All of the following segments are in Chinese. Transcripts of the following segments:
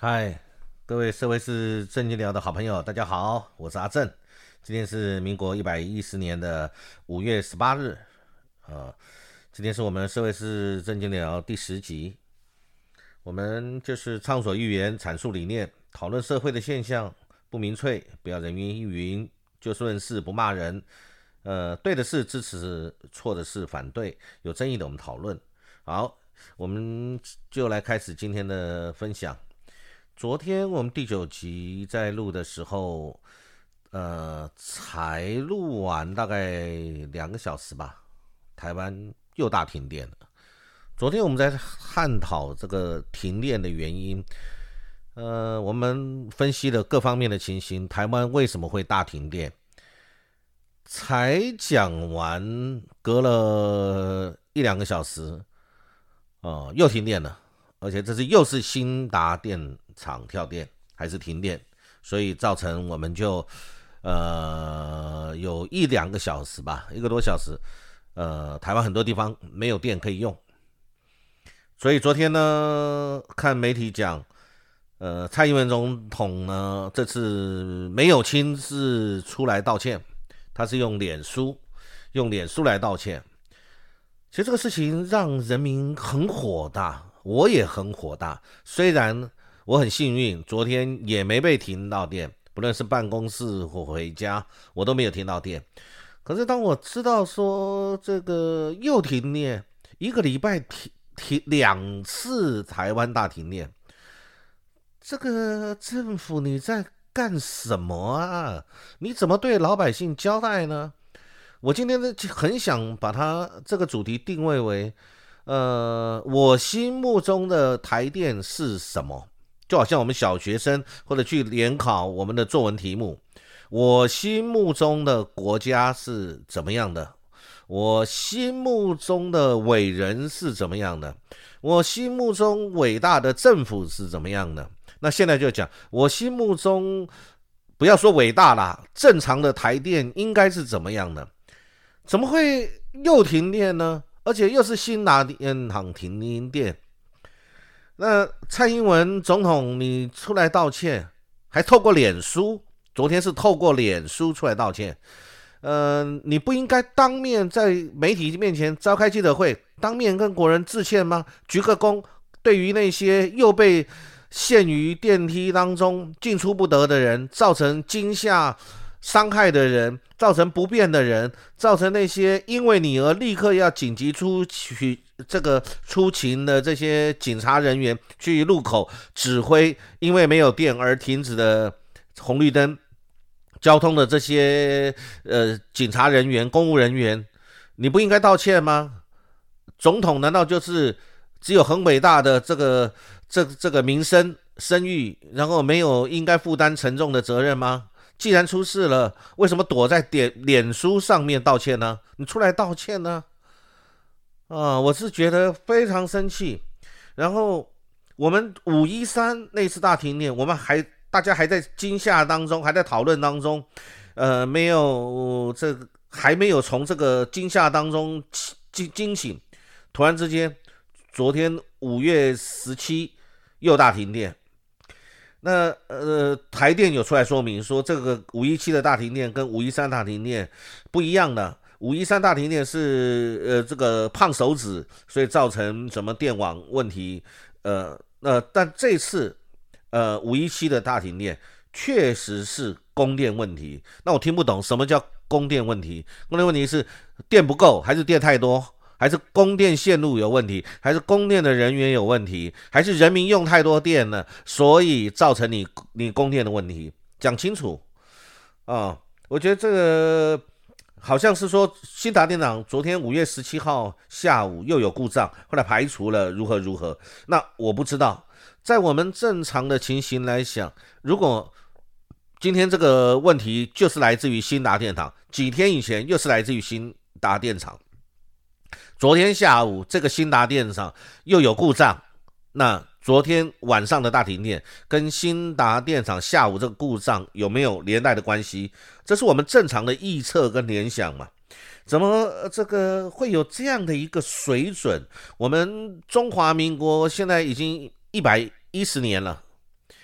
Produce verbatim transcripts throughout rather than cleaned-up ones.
嗨，各位社会是正经聊的好朋友，大家好，我是阿正。今天是民国一百一十年的五月十八日，呃，今天是我们社会是正经聊第十集。我们就是畅所欲言，阐述理念，讨论社会的现象，不民粹，不要人云亦云，就事论事，不骂人。呃，对的事支持，错的事反对，有争议的我们讨论。好，我们就来开始今天的分享。昨天我们第九集在录的时候，呃，才录完大概两个小时吧，台湾又大停电了。昨天我们在探讨这个停电的原因，呃，我们分析了各方面的情形，台湾为什么会大停电？才讲完，隔了一两个小时，哦、呃，又停电了。而且这是又是新达电厂跳电还是停电，所以造成我们就呃有一两个小时吧，一个多小时，呃，台湾很多地方没有电可以用。所以昨天呢，看媒体讲，呃，蔡英文总统呢这次没有亲自出来道歉，他是用脸书用脸书来道歉。其实这个事情让人民很火大。我也很火大，虽然我很幸运，昨天也没被停到电，不论是办公室或回家，我都没有停到电。可是当我知道说这个又停电，一个礼拜停停两次台湾大停电，这个政府你在干什么啊？你怎么对老百姓交代呢？我今天很想把它这个主题定位为呃，我心目中的台电是什么？就好像我们小学生或者去联考我们的作文题目，我心目中的国家是怎么样的？我心目中的伟人是怎么样的？我心目中伟大的政府是怎么样的？那现在就讲，我心目中不要说伟大啦，正常的台电应该是怎么样的？怎么会又停电呢？而且又是新达电厂停电，那蔡英文总统你出来道歉，还透过脸书，昨天是透过脸书出来道歉，呃，你不应该当面在媒体面前召开记者会，当面跟国人致歉吗？鞠个躬，对于那些又被陷于电梯当中进出不得的人，造成惊吓伤害的人，造成不便的人，造成那些因为你而立刻要紧急出去这个出勤的这些警察人员去路口指挥，因为没有电而停止的红绿灯交通的这些呃警察人员、公务人员，你不应该道歉吗？总统难道就是只有很伟大的这个这这个民生声誉，然后没有应该负担沉重的责任吗？既然出事了，为什么躲在脸书上面道歉呢？你出来道歉呢？啊，我是觉得非常生气。然后我们五一三那次大停电，我们还大家还在惊吓当中，还在讨论当中，呃，没有这个还没有从这个惊吓当中惊惊醒，突然之间，昨天五月十七又大停电。那呃，台电有出来说明说，这个五一七的大停电跟五一三大停电不一样的。五一三大停电是呃这个胖手指，所以造成什么电网问题，呃呃，但这次呃五一七的大停电确实是供电问题。那我听不懂什么叫供电问题？供电问题是电不够还是电太多？还是供电线路有问题，还是供电的人员有问题，还是人民用太多电了，所以造成你你供电的问题？讲清楚啊、哦！我觉得这个好像是说新达电厂昨天五月十七号下午又有故障，后来排除了如何如何。那我不知道，在我们正常的情形来想，如果今天这个问题就是来自于新达电厂，几天以前又是来自于新达电厂。昨天下午这个新达电厂又有故障，那昨天晚上的大停电跟新达电厂下午这个故障有没有连带的关系？这是我们正常的臆测跟联想嘛？怎么这个会有这样的一个水准？我们中华民国现在已经一百一十年了，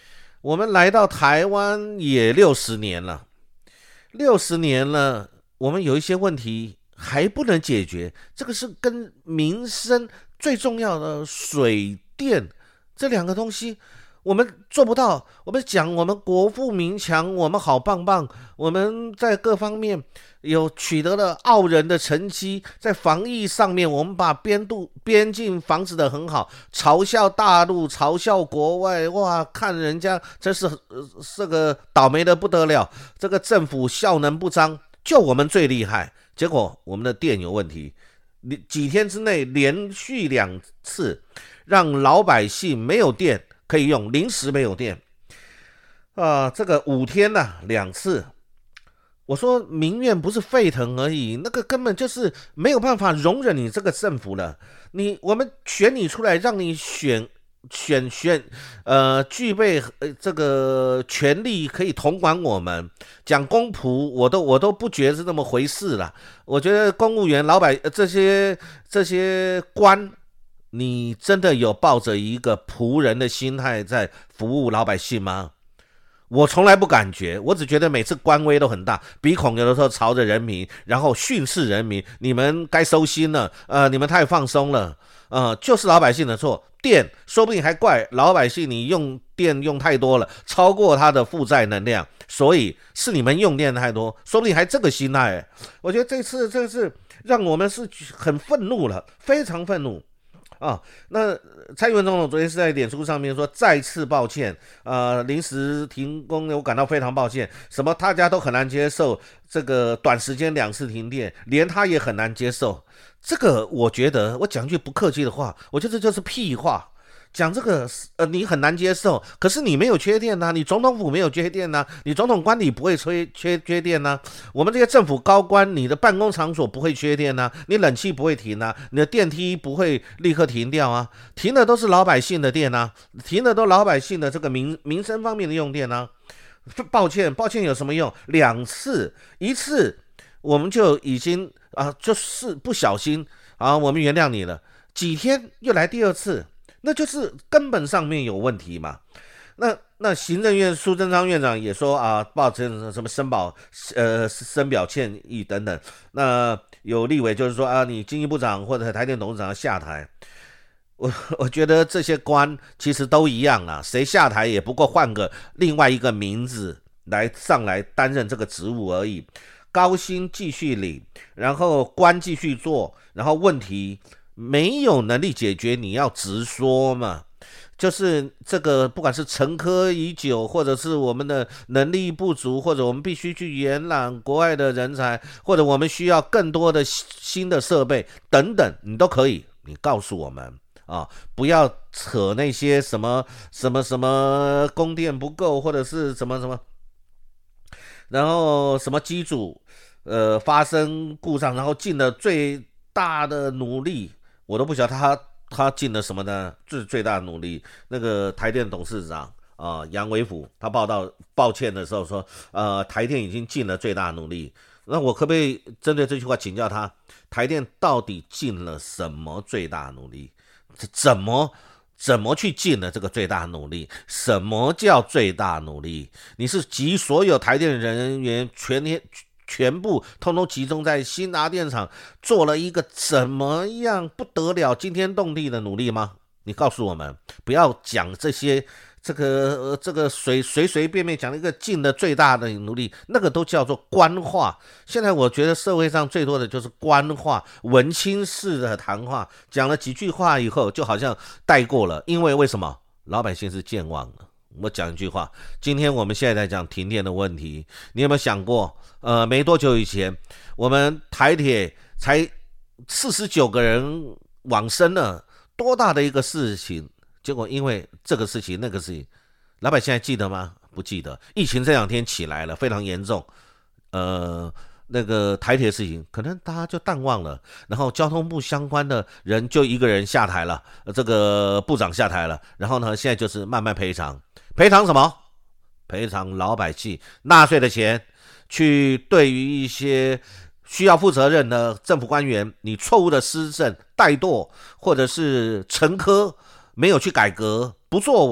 我们来到台湾也六十年了，六十年了，我们有一些问题还不能解决，这个是跟民生最重要的水电这两个东西我们做不到。我们讲我们国富民强，我们好棒棒，我们在各方面有取得了傲人的成绩，在防疫上面我们把边度边境防止得很好，嘲笑大陆，嘲笑国外，哇，看人家真是、呃、这个倒霉的不得了，这个政府效能不彰，就我们最厉害。结果我们的电有问题，几天之内连续两次让老百姓没有电可以用，临时没有电啊、呃，这个五天呢、啊、两次。我说民怨不是沸腾而已，那个根本就是没有办法容忍你这个政府了。你我们选你出来，让你选选选，呃，具备呃这个权利可以统管我们。讲公仆，我都我都不觉得是那么回事了。我觉得公务员、老百这些这些官，你真的有抱着一个仆人的心态在服务老百姓吗？我从来不感觉，我只觉得每次官威都很大，鼻孔有的时候朝着人民，然后训斥人民，你们该收心了，呃，你们太放松了，呃，就是老百姓的错。电说不定还怪老百姓，你用电用太多了，超过他的负载能量，所以是你们用电太多，说不定还这个心态。我觉得这次这次让我们是很愤怒了，非常愤怒。啊，那蔡英文总统昨天是在脸书上面说再次抱歉，呃，临时停工，我感到非常抱歉。什么大家都很难接受，这个短时间两次停电，连他也很难接受。这个我觉得，我讲句不客气的话，我觉得这就是屁话。讲这个，呃，你很难接受，可是你没有缺电呐、啊，你总统府没有缺电呐、啊，你总统官邸不会缺缺缺电呐、啊，我们这些政府高官，你的办公场所不会缺电呐、啊，你冷气不会停啊，你的电梯不会立刻停掉啊，停的都是老百姓的电啊，停的都老百姓的这个民民生方面的用电啊。抱歉，抱歉有什么用？两次，一次我们就已经啊，就是不小心啊，我们原谅你了。几天又来第二次。那就是根本上面有问题嘛。那那行政院苏贞昌院长也说啊，抱歉什么申报呃深表歉意等等。那有立委就是说啊，你经济部长或者台电董事长要下台。我我觉得这些官其实都一样啊，谁下台也不过换个另外一个名字来上来担任这个职务而已，高薪继续领，然后官继续做，然后问题没有能力解决，你要直说嘛。就是这个，不管是沉疴已久，或者是我们的能力不足，或者我们必须去延揽国外的人才，或者我们需要更多的新的设备等等，你都可以，你告诉我们啊，不要扯那些什么什么什么供电不够，或者是什么什么，然后什么机组呃发生故障，然后尽了最大的努力。我都不晓得他他尽了什么呢？最最大的努力，那个台电董事长啊、呃、杨伟甫，他报道抱歉的时候说，呃，台电已经尽了最大的努力。那我可不可以针对这句话请教他，台电到底尽了什么最大的努力？怎么怎么去尽了这个最大的努力？什么叫最大努力？你是集所有台电人员全天。全部通通集中在新达电厂，做了一个怎么样不得了、惊天动地的努力吗？你告诉我们，不要讲这些，这个、呃、这个随随随便便讲一个尽的最大的努力，那个都叫做官话。现在我觉得社会上最多的就是官话，文青式的谈话，讲了几句话以后，就好像带过了。因为为什么？老百姓是健忘了。我讲一句话，今天我们现在在讲停电的问题，你有没有想过，呃，没多久以前，我们台铁才四十九个人往生了，多大的一个事情？结果因为这个事情那个事情，老百姓还记得吗？不记得。疫情这两天起来了，非常严重，呃。那个台铁的事情，可能大家就淡忘了，然后交通部相关的人就一个人下台了，这个部长下台了，然后呢，现在就是慢慢赔偿，赔偿什么？赔偿老百姓纳税的钱，去对于一些需要负责任的政府官员，你错误的施政、怠惰，或者是沉疴，没有去改革，不作为，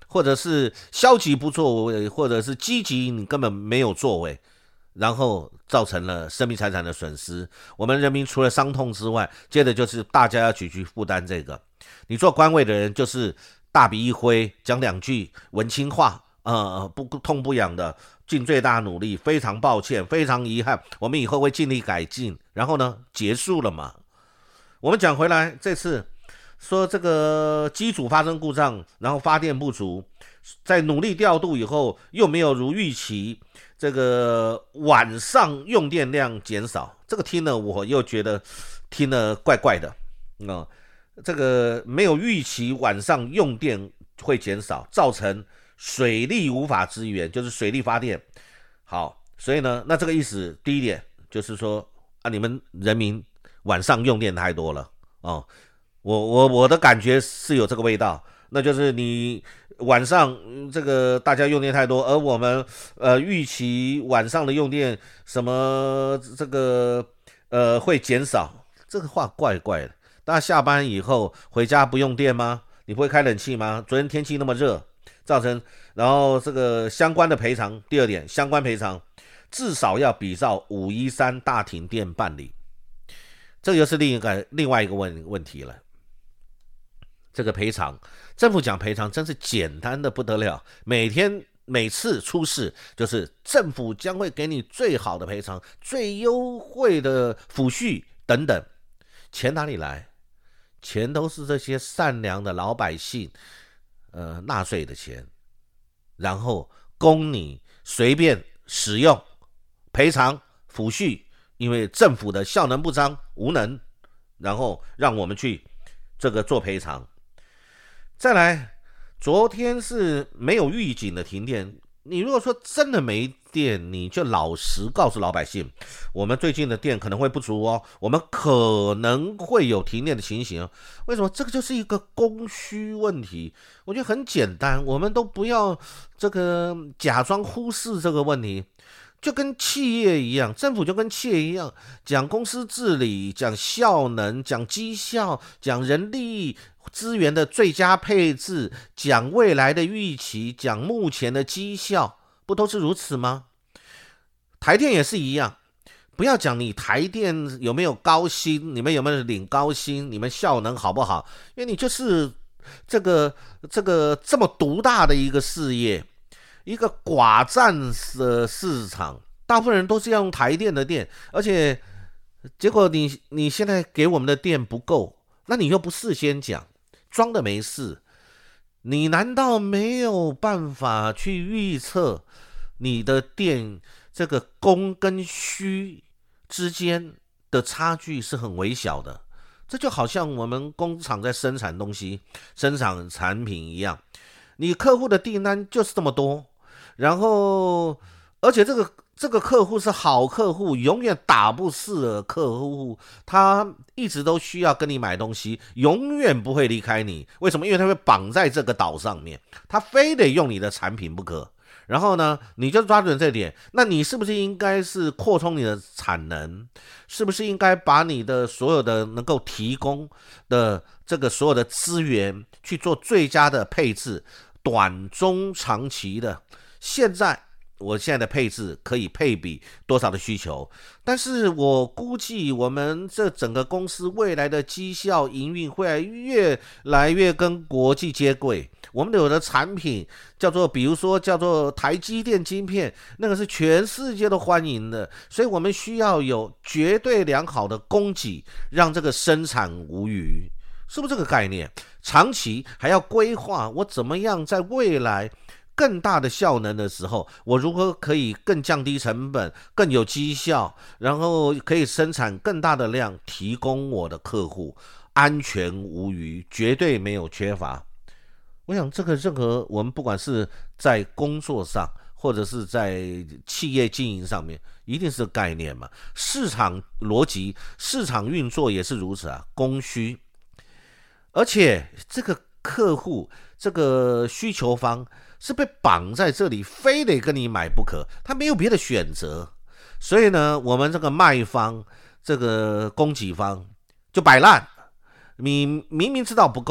或者是消极不作为，或者是积极你根本没有作为，然后造成了生命财产的损失。我们人民除了伤痛之外，接着就是大家要去去负担这个。你做官位的人就是大笔一挥，讲两句文青话，呃，不痛不痒的，尽最大努力，非常抱歉，非常遗憾，我们以后会尽力改进。然后呢，结束了嘛。我们讲回来，这次说这个机组发生故障，然后发电不足，在努力调度以后，又没有如预期，这个晚上用电量减少，这个听了我又觉得听了怪怪的，嗯，这个没有预期晚上用电会减少，造成水力无法支援，就是水力发电。好，所以呢，那这个意思，第一点就是说啊，你们人民晚上用电太多了哦。我我我的感觉是有这个味道，那就是你晚上这个大家用电太多，而我们呃预期晚上的用电什么这个呃会减少，这个话怪怪的。大家下班以后回家不用电吗？你不会开冷气吗？昨天天气那么热，造成然后这个相关的赔偿，第二点相关赔偿至少要比照五一三大停电办理，这个又是另一个另外一个问问题了。这个赔偿，政府讲赔偿真是简单的不得了，每天每次出事就是政府将会给你最好的赔偿、最优惠的抚恤等等，钱哪里来？钱都是这些善良的老百姓呃纳税的钱，然后供你随便使用，赔偿抚恤，因为政府的效能不彰、无能，然后让我们去这个做赔偿。再来，昨天是没有预警的停电，你如果说真的没电，你就老实告诉老百姓，我们最近的电可能会不足哦，我们可能会有停电的情形。为什么？这个就是一个供需问题，我觉得很简单，我们都不要这个假装忽视这个问题。就跟企业一样，政府就跟企业一样，讲公司治理，讲效能，讲绩效，讲人力资源的最佳配置，讲未来的预期，讲目前的绩效，不都是如此吗？台电也是一样，不要讲你台电有没有高薪，你们有没有领高薪，你们效能好不好，因为你就是这个这个这么独大的一个事业，一个寡占的市场，大部分人都是要用台电的电，而且结果你你现在给我们的电不够，那你又不事先讲，装的没事，你难道没有办法去预测你的电这个供跟需之间的差距是很微小的？这就好像我们工厂在生产东西、生产产品一样，你客户的订单就是这么多，然后而且这个这个客户是好客户，永远打不死的客户，他一直都需要跟你买东西，永远不会离开你。为什么？因为他会绑在这个岛上面，他非得用你的产品不可。然后呢，你就抓准这点，那你是不是应该是扩充你的产能？是不是应该把你的所有的能够提供的这个所有的资源去做最佳的配置，短中长期的？现在我现在的配置可以配比多少的需求，但是我估计我们这整个公司未来的绩效营运会越来越跟国际接轨。我们有的产品叫做比如说叫做台积电晶片，那个是全世界都欢迎的，所以我们需要有绝对良好的供给，让这个生产无虞，是不是这个概念？长期还要规划我怎么样在未来更大的效能的时候，我如何可以更降低成本，更有绩效，然后可以生产更大的量，提供我的客户安全无虞，绝对没有缺乏。我想这个任何我们不管是在工作上或者是在企业经营上面，一定是概念嘛。市场逻辑、市场运作也是如此啊，供需。而且这个客户、这个需求方是被绑在这里，非得跟你买不可，他没有别的选择。所以呢，我们这个卖方、这个供给方就摆烂，你明明知道不够，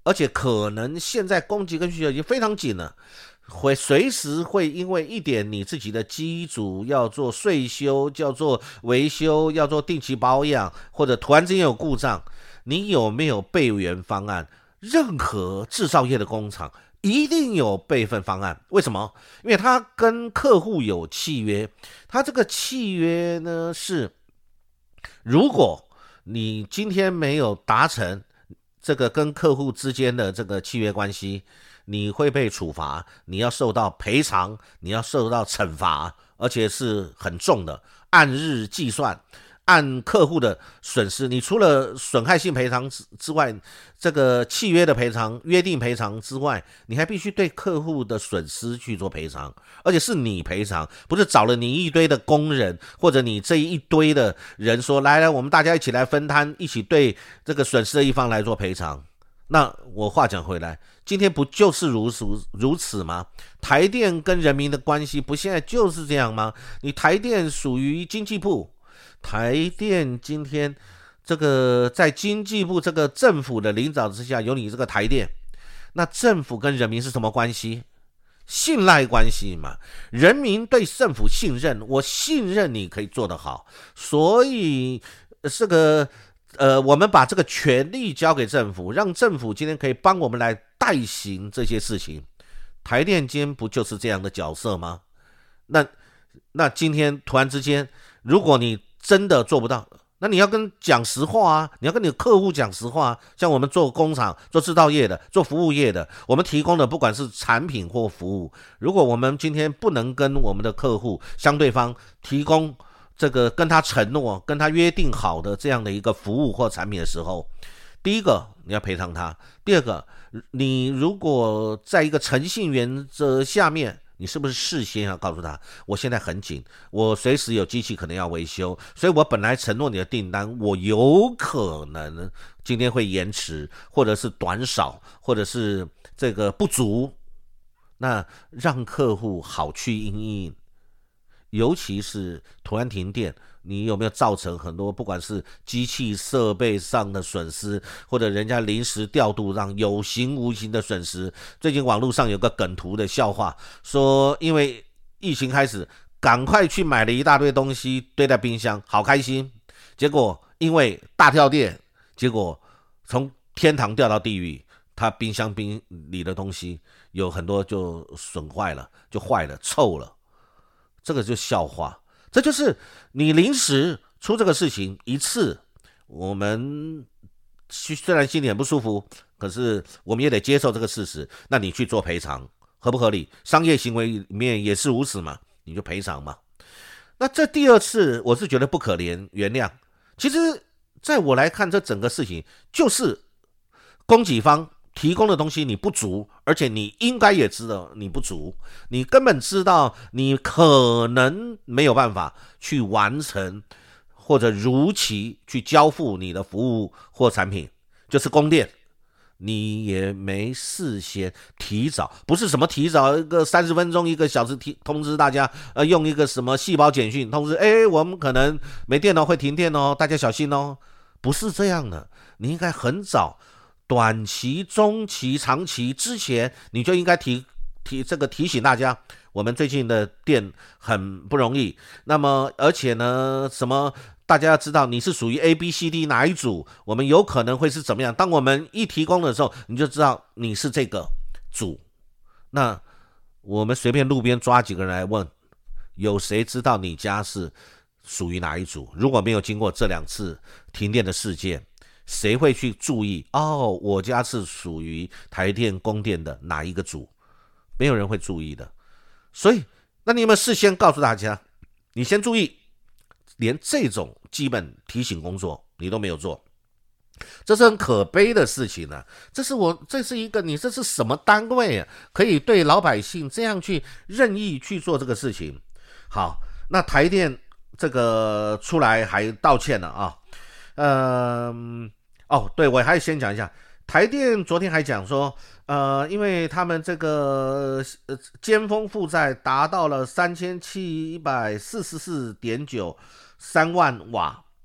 而且可能现在供给跟需求已经非常紧了，会随时会因为一点你自己的机组要做税修、要做维修、要做定期保养，或者突然之间有故障，你有没有备援方案？任何制造业的工厂一定有备份方案。为什么？因为他跟客户有契约，他这个契约呢是，如果你今天没有达成这个跟客户之间的这个契约关系，你会被处罚，你要受到赔偿，你要受到惩罚，而且是很重的，按日计算，按客户的损失，你除了损害性赔偿之外，这个契约的赔偿、约定赔偿之外，你还必须对客户的损失去做赔偿，而且是你赔偿，不是找了你一堆的工人，或者你这一堆的人说，来来，我们大家一起来分摊，一起对这个损失的一方来做赔偿。那我话讲回来，今天不就是如此如此吗？台电跟人民的关系不现在就是这样吗？你台电属于经济部，台电今天这个在经济部这个政府的领导之下，有你这个台电，那政府跟人民是什么关系？信赖关系嘛，人民对政府信任，我信任你可以做得好，所以这个呃，我们把这个权力交给政府，让政府今天可以帮我们来代行这些事情。台电今天不就是这样的角色吗？那那今天突然之间，如果你真的做不到，那你要跟讲实话啊，你要跟你的客户讲实话啊。像我们做工厂、做制造业的、做服务业的，我们提供的不管是产品或服务，如果我们今天不能跟我们的客户相对方提供这个跟他承诺、跟他约定好的这样的一个服务或产品的时候，第一个你要赔偿他，第二个，你如果在一个诚信原则下面，你是不是事先要告诉他，我现在很紧，我随时有机器可能要维修，所以我本来承诺你的订单，我有可能今天会延迟，或者是短少，或者是这个不足，那让客户好去因应。尤其是突然停电，你有没有造成很多不管是机器设备上的损失，或者人家临时调度让有形无形的损失？最近网络上有个梗图的笑话，说因为疫情开始，赶快去买了一大堆东西堆在冰箱，好开心，结果因为大跳电，结果从天堂掉到地狱，他冰箱冰里的东西有很多就损坏了，就坏了，臭了。这个就笑话，这就是你临时出这个事情一次，我们虽然心里很不舒服，可是我们也得接受这个事实。那你去做赔偿，合不合理？商业行为里面也是如此嘛，你就赔偿嘛。那这第二次，我是觉得不可怜原谅。其实，在我来看，这整个事情就是供给方提供的东西你不足，而且你应该也知道你不足，你根本知道你可能没有办法去完成或者如期去交付你的服务或产品，就是供电，你也没事先提早，不是什么提早一个三十分钟一个小时提通知大家，呃，用一个什么细胞简讯通知，哎，我们可能没电了，会停电哦，大家小心哦，不是这样的，你应该很早。短期、中期、长期之前，你就应该提提这个提醒大家，我们最近的电很不容易。那么，而且呢，什么大家要知道你是属于 A、B、C、D 哪一组，我们有可能会是怎么样。当我们一提供的时候，你就知道你是这个组。那我们随便路边抓几个人来问，有谁知道你家是属于哪一组？如果没有经过这两次停电的事件，谁会去注意？哦，我家是属于台电供电的哪一个组？没有人会注意的。所以，那你有没有事先告诉大家？你先注意，连这种基本提醒工作你都没有做，这是很可悲的事情啊！这是我，这是一个你这是什么单位啊？可以对老百姓这样去任意去做这个事情？好，那台电这个出来还道歉了啊。嗯，哦，对，我还先讲一下，台电昨天还讲说，呃，因为他们这个呃尖峰负债达到了三千七百四十四点九三万瓦，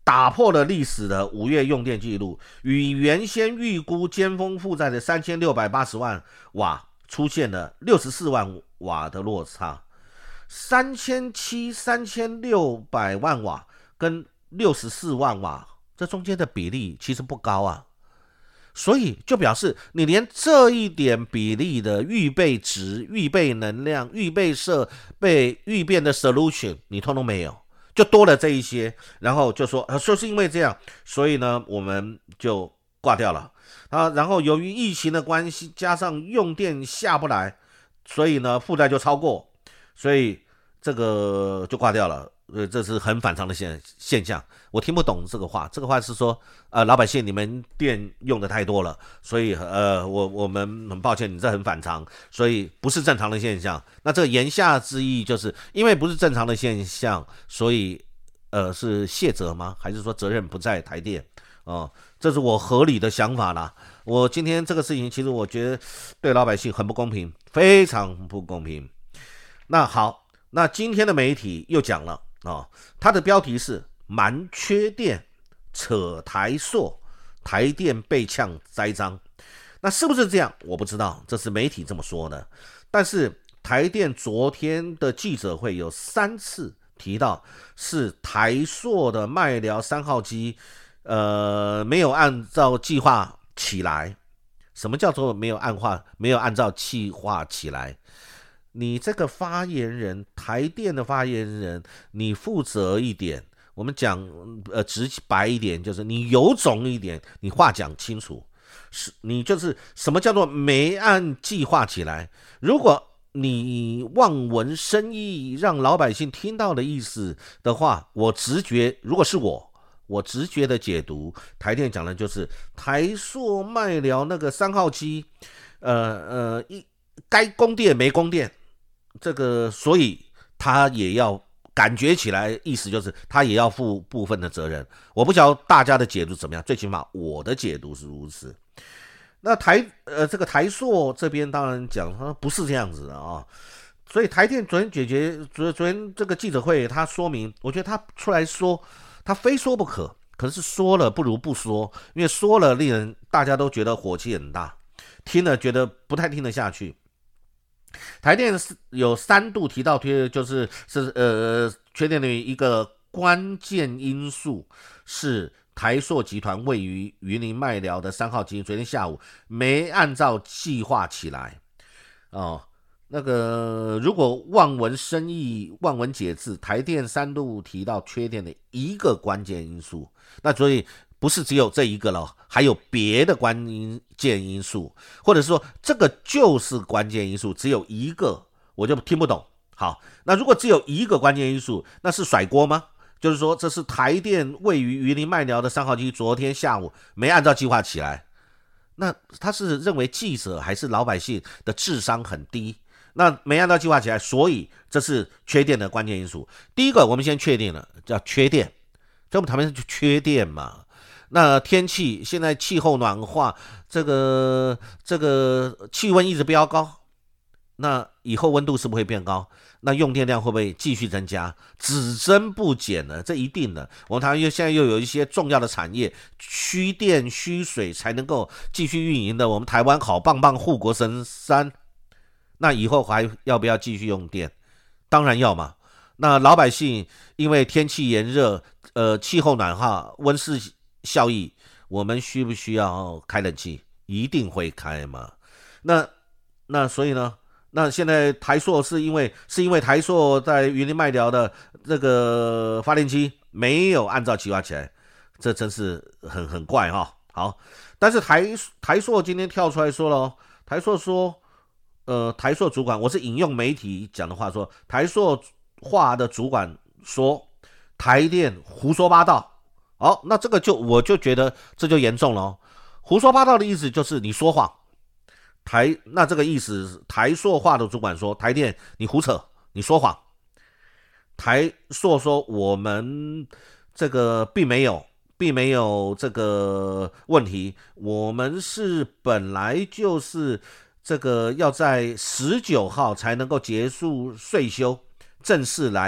打破了历史的五月用电记录，与原先预估尖峰负载的三千六百八十万瓦出现了六十四万瓦的落差。三千七、三千六百万瓦跟六十四万瓦，这中间的比例其实不高啊。所以就表示你连这一点比例的预备值、预备能量、预备设备、预变的 solution 你通通没有，就多了这一些，然后就说说是因为这样，所以呢我们就挂掉了啊。然后由于疫情的关系，加上用电下不来，所以呢负债就超过，所以这个就挂掉了。呃，这是很反常的现现象，我听不懂这个话。这个话是说，呃，老百姓你们电用的太多了，所以呃，我我们很抱歉，你这很反常，所以不是正常的现象。那这个言下之意就是因为不是正常的现象，所以呃是卸责吗？还是说责任不在台电？哦、呃，这是我合理的想法啦。我今天这个事情，其实我觉得对老百姓很不公平，非常不公平。那好，那今天的媒体又讲了。哦，它的标题是瞒缺电扯台塑，台电被呛栽赃。那是不是这样我不知道，这是媒体这么说的。但是台电昨天的记者会有三次提到是台塑的麦寮三号机呃没有按照计划起来。什么叫做没有按化没有按照计划起来？你这个发言人，台电的发言人，你负责一点。我们讲呃直白一点，就是你有种一点，你话讲清楚。是你就是什么叫做没按计划起来？如果你望文生义，让老百姓听到的意思的话，我直觉，如果是我，我直觉的解读，台电讲的就是台塑麦寮那个三号机，呃呃一该供电没供电。这个，所以他也要感觉起来，意思就是他也要负部分的责任。我不晓得大家的解读怎么样，最起码我的解读是如此。那台呃这个台塑这边当然讲，他不是这样子的啊。所以台电昨天解决昨昨天这个记者会，他说明，我觉得他出来说，他非说不可，可是说了不如不说，因为说了令人大家都觉得火气很大，听了觉得不太听得下去。台电有三度提到缺，就是是呃缺电的一个关键因素是台塑集团位于云林麦寮的三号机，昨天下午没按照计划起来哦。那个如果望文生义、望文解字，台电三度提到缺电的一个关键因素，那所以不是只有这一个了，还有别的关键因素，或者说这个就是关键因素，只有一个我就听不懂。好，那如果只有一个关键因素，那是甩锅吗？就是说这是台电位于云林麦寮的三号机昨天下午没按照计划起来，那他是认为记者还是老百姓的智商很低？那没按照计划起来，所以这是缺电的关键因素。第一个我们先确定了，叫缺电，在我们台湾就缺电嘛。那天气现在气候暖化，这个这个气温一直飙高，那以后温度是不是会变高？那用电量会不会继续增加？只增不减呢？这一定的。我们台湾现在又有一些重要的产业需电需水才能够继续运营的，我们台湾好棒棒护国神山，那以后还要不要继续用电？当然要嘛。那老百姓因为天气炎热，呃，气候暖化，温室效益，我们需不需要开冷气？一定会开嘛。那那所以呢？那现在台塑是因为是因为台塑在云林麦寮的这个发电机没有按照计划起来，这真是很很怪哈、哦。好，但是台台塑今天跳出来说了、哦，台塑说，呃，台塑主管，我是引用媒体讲的话说，台塑化的主管说台电胡说八道。好，那这个就我就觉得这就严重了、哦。胡说八道的意思就是你说谎。台那这个意思，台塑化的主管说台电你胡扯，你说谎。台塑说我们这个并没有并没有这个问题，我们是本来就是这个要在十九号才能够结束税休，正式来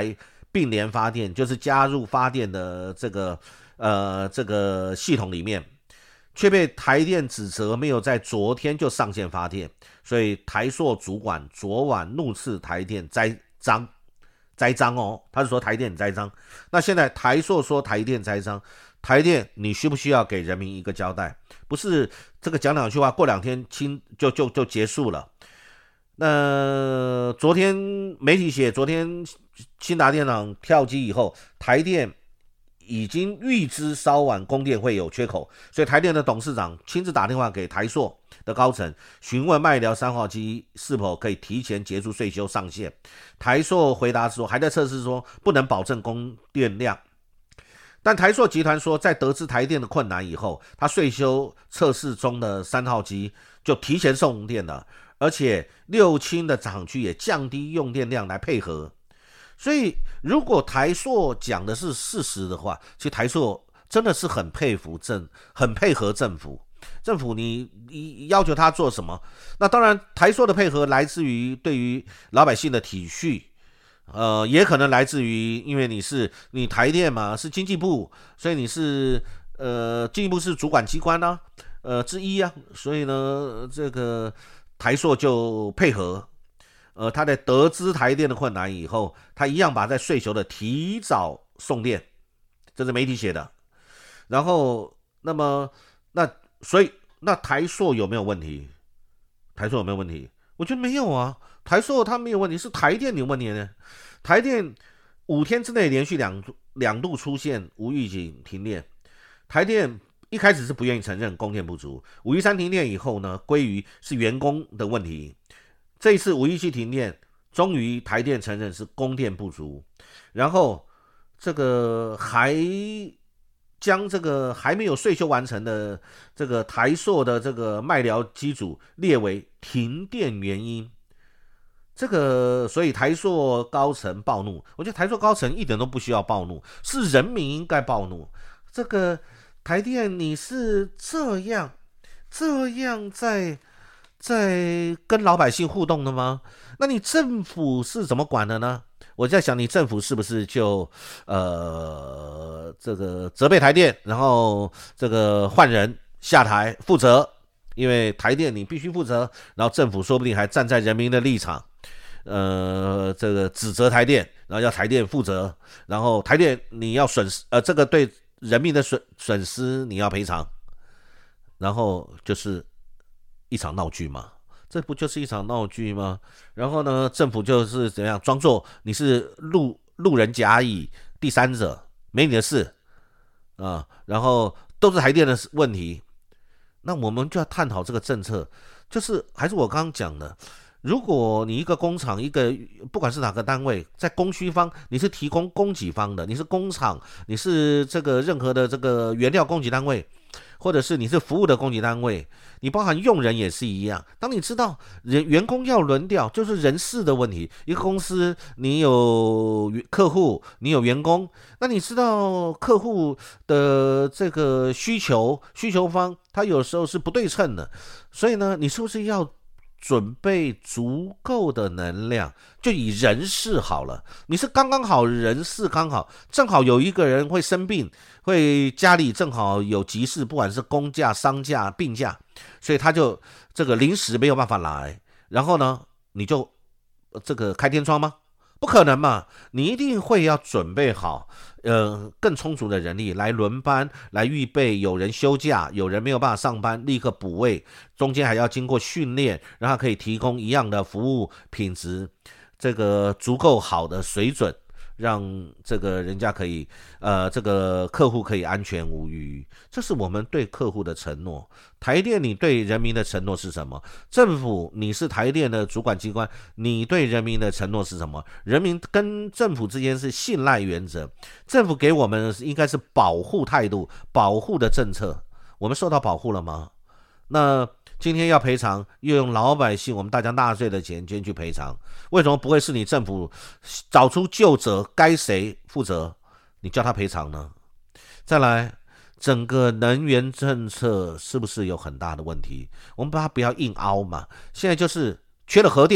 并联发电，就是加入发电的这个呃这个系统里面，却被台电指责没有在昨天就上线发电，所以台塑主管昨晚怒斥台电栽赃。栽赃哦，他是说台电栽赃。那现在台塑说台电栽赃，台电你需不需要给人民一个交代？不是这个讲两句话，过两天清就就就结束了。那昨天媒体写，昨天兴达电厂跳机以后，台电已经预知稍晚供电会有缺口，所以台电的董事长亲自打电话给台塑的高层，询问麦寮三号机是否可以提前结束税修上线。台塑回答说，还在测试，说不能保证供电量。但台塑集团说，在得知台电的困难以后，他税修测试中的三号机就提前送电了，而且六轻的厂区也降低用电量来配合。所以如果台塑讲的是事实的话，其实台塑真的是很佩服政，很配合政府。政府你你要求他做什么？那当然台塑的配合来自于对于老百姓的体恤，呃，也可能来自于因为你是你台电嘛，是经济部，所以你是呃经济部是主管机关啊，呃之一啊，所以呢这个台塑就配合。呃，他在得知台电的困难以后，他一样把在税收的提早送电，这是媒体写的。然后，那么那所以那台塑有没有问题？台塑有没有问题？我觉得没有啊，台塑它没有问题，是台电有问题呢。台电五天之内连续两两度出现无预警停电，台电一开始是不愿意承认供电不足，五一三停电以后呢，归于是员工的问题。这一次五一七停电，终于台电承认是供电不足，然后这个还将这个还没有税修完成的这个台塑的这个麦寮机组列为停电原因。这个所以台塑高层暴怒，我觉得台塑高层一点都不需要暴怒，是人民应该暴怒。这个台电你是这样这样在在跟老百姓互动的吗？那你政府是怎么管的呢？我在想，你政府是不是就呃这个责备台电，然后这个换人下台负责？因为台电你必须负责，然后政府说不定还站在人民的立场，呃，这个指责台电，然后要台电负责，然后台电你要损失，呃，这个对人民的损损失你要赔偿，然后就是一场闹剧嘛，这不就是一场闹剧吗？然后呢，政府就是怎样装作你是路路人甲乙第三者，没你的事啊，然后都是台电的问题。那我们就要探讨这个政策，就是还是我刚刚讲的，如果你一个工厂，一个不管是哪个单位，在供需方你是提供供给方的，你是工厂，你是这个任何的这个原料供给单位，或者是你是服务的供给单位，你包含用人也是一样。当你知道人员工要轮调，就是人事的问题。一个公司你有客户，你有员工，那你知道客户的这个需求，需求方他有时候是不对称的，所以呢，你是不是要准备足够的能量？就以人事好了，你是刚刚好人事刚好，正好有一个人会生病，会家里正好有急事，不管是公假、丧假、病假，所以他就这个临时没有办法来，然后呢，你就这个开天窗吗？不可能嘛，你一定会要准备好呃更充足的人力来轮班，来预备有人休假，有人没有办法上班，立刻补位，中间还要经过训练，让他可以提供一样的服务品质，这个足够好的水准，让这个人家可以呃这个客户可以安全无虞，这是我们对客户的承诺。台电你对人民的承诺是什么？政府你是台电的主管机关，你对人民的承诺是什么？人民跟政府之间是信赖原则，政府给我们应该是保护态度，保护的政策，我们受到保护了吗？那今天要赔偿，又用老百姓我们大家纳税的钱捐去赔偿，为什么不会是你政府找出究责，该谁负责，你叫他赔偿呢？再来，整个能源政策是不是有很大的问题？我们把它不要硬凹嘛，现在就是缺了核电，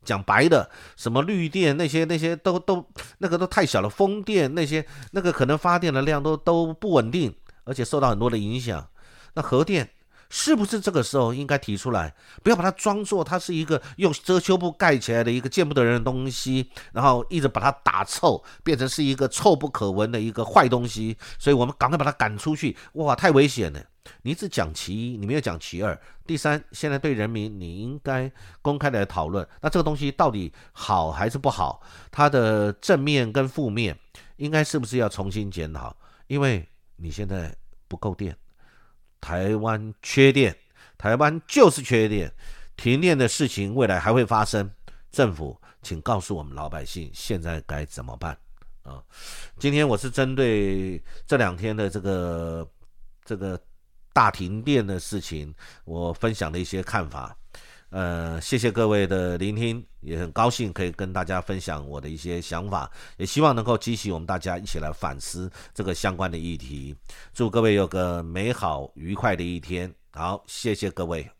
讲白的，什么绿电那些那些都都那个都太小了，风电那些那个可能发电的量都都不稳定，而且受到很多的影响。那核电是不是这个时候应该提出来，不要把它装作它是一个用遮羞布盖起来的一个见不得人的东西，然后一直把它打臭，变成是一个臭不可闻的一个坏东西，所以我们赶快把它赶出去。哇，太危险了！你只讲其一，你没有讲其二。第三，现在对人民你应该公开的来讨论，那这个东西到底好还是不好？它的正面跟负面应该是不是要重新检讨？因为你现在不够电，台湾缺电，台湾就是缺电，停电的事情未来还会发生。政府，请告诉我们老百姓现在该怎么办啊？今天我是针对这两天的这个这个大停电的事情，我分享了一些看法。呃，谢谢各位的聆听，也很高兴可以跟大家分享我的一些想法，也希望能够激起我们大家一起来反思这个相关的议题。祝各位有个美好愉快的一天。好，谢谢各位。